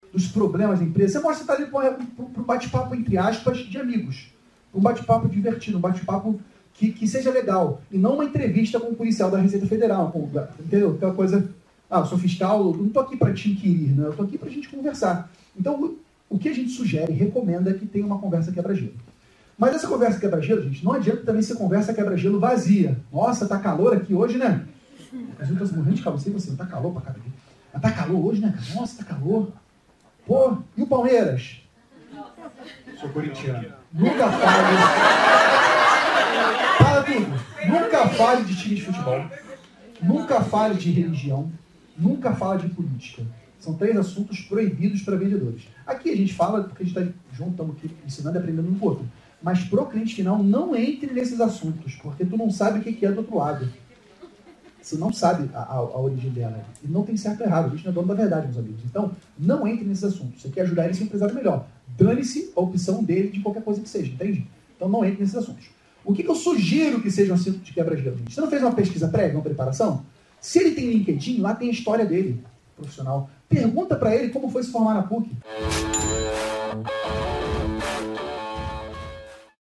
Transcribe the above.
dos problemas da empresa. Você mostra que está ali para um bate-papo, entre aspas, de amigos. Um bate-papo divertido, um bate-papo que seja legal. E não uma entrevista com um policial da Receita Federal. Entendeu? Aquela coisa, eu sou fiscal, eu não estou aqui para te inquirir, né? Eu estou aqui para a gente conversar. Então, o que a gente sugere, recomenda, é que tenha uma conversa quebra-gelo. Mas essa conversa quebra-gelo, gente, não adianta também ser conversa quebra-gelo vazia. Nossa, tá calor aqui hoje, né? Eu tô morrendo de calor, sei você, tá calor pra caralho. Mas tá calor hoje, né? Nossa, tá calor. Pô, e o Palmeiras? Sou corintiano. Nunca fale. Fala tudo. Nunca fale de time de futebol. Nunca fale de religião. Nunca fale de política. São 3 assuntos proibidos para vendedores. Aqui a gente fala, porque a gente está junto, estamos aqui ensinando e aprendendo um com o outro. Mas pro cliente final, não entre nesses assuntos, porque tu não sabe o que é do outro lado. Você não sabe a origem dela. E não tem certo ou errado. A gente não é dono da verdade, meus amigos. Então, não entre nesses assuntos. Você quer ajudar ele a ser um empresário melhor. Dane-se a opção dele de qualquer coisa que seja, entende? Então, não entre nesses assuntos. O que eu sugiro que seja um assunto de quebra-gelo? Você não fez uma pesquisa prévia, uma preparação? Se ele tem LinkedIn, lá tem a história dele, profissional. Pergunta para ele como foi se formar na PUC.